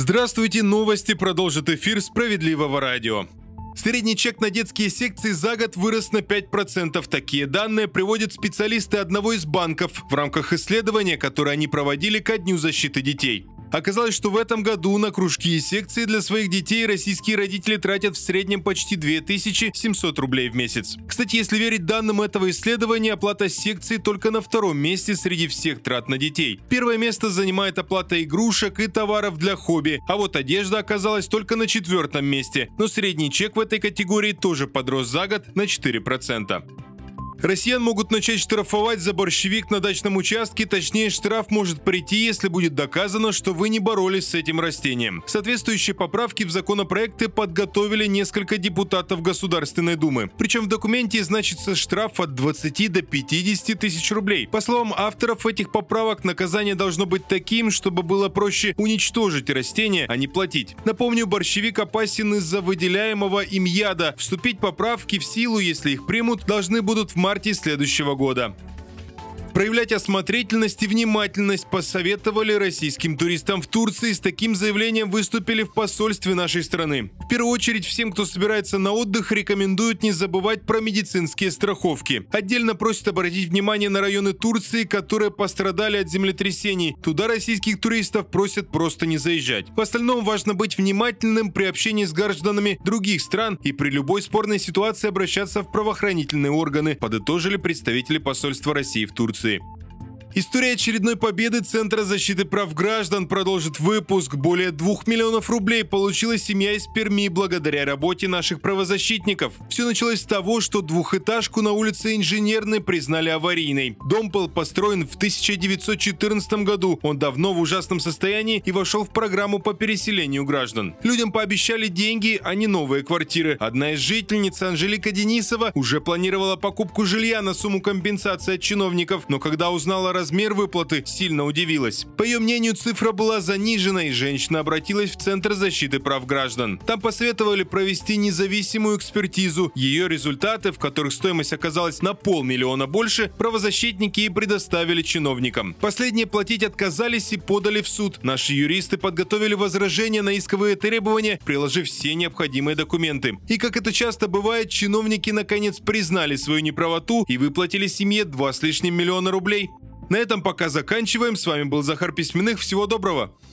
Здравствуйте, новости продолжит эфир «Справедливого радио». Средний чек на детские секции за год вырос на 5%. Такие данные приводят специалисты одного из банков в рамках исследования, которое они проводили ко Дню защиты детей. Оказалось, что в этом году на кружки и секции для своих детей российские родители тратят в среднем почти 2700 рублей в месяц. Кстати, если верить данным этого исследования, оплата секции только на втором месте среди всех трат на детей. Первое место занимает оплата игрушек и товаров для хобби, а вот одежда оказалась только на 4-м месте. Но средний чек в этой категории тоже подрос за год на 4%. Россиян могут начать штрафовать за борщевик на дачном участке, точнее штраф может прийти, если будет доказано, что вы не боролись с этим растением. Соответствующие поправки в законопроекты подготовили несколько депутатов Государственной Думы. Причем в документе значится штраф от 20 до 50 тысяч рублей. По словам авторов этих поправок, наказание должно быть таким, чтобы было проще уничтожить растение, а не платить. Напомню, борщевик опасен из-за выделяемого им яда. Вступить поправки в силу, если их примут, должны будут в марте следующего года. Проявлять осмотрительность и внимательность посоветовали российским туристам в Турции. С таким заявлением выступили в посольстве нашей страны. В первую очередь всем, кто собирается на отдых, рекомендуют не забывать про медицинские страховки. Отдельно просят обратить внимание на районы Турции, которые пострадали от землетрясений. Туда российских туристов просят просто не заезжать. В остальном важно быть внимательным при общении с гражданами других стран и при любой спорной ситуации обращаться в правоохранительные органы, подытожили представители посольства России в Турции. История очередной победы Центра защиты прав граждан продолжит выпуск. Более 2 миллионов рублей получила семья из Перми благодаря работе наших правозащитников. Все началось с того, что двухэтажку на улице Инженерной признали аварийной. Дом был построен в 1914 году. Он давно в ужасном состоянии и вошел в программу по переселению граждан. Людям пообещали деньги, а не новые квартиры. Одна из жительниц, Анжелика Денисова, уже планировала покупку жилья на сумму компенсации от чиновников, но когда узнала размер выплаты, сильно удивилась. По ее мнению, цифра была занижена, и женщина обратилась в Центр защиты прав граждан. Там посоветовали провести независимую экспертизу. Ее результаты, в которых стоимость оказалась на 500 000 больше, правозащитники и предоставили чиновникам. Последние платить отказались и подали в суд. Наши юристы подготовили возражения на исковые требования, приложив все необходимые документы. И как это часто бывает, чиновники наконец признали свою неправоту и выплатили семье 2 с лишним миллиона рублей. На этом пока заканчиваем. С вами был Захар Письменных. Всего доброго.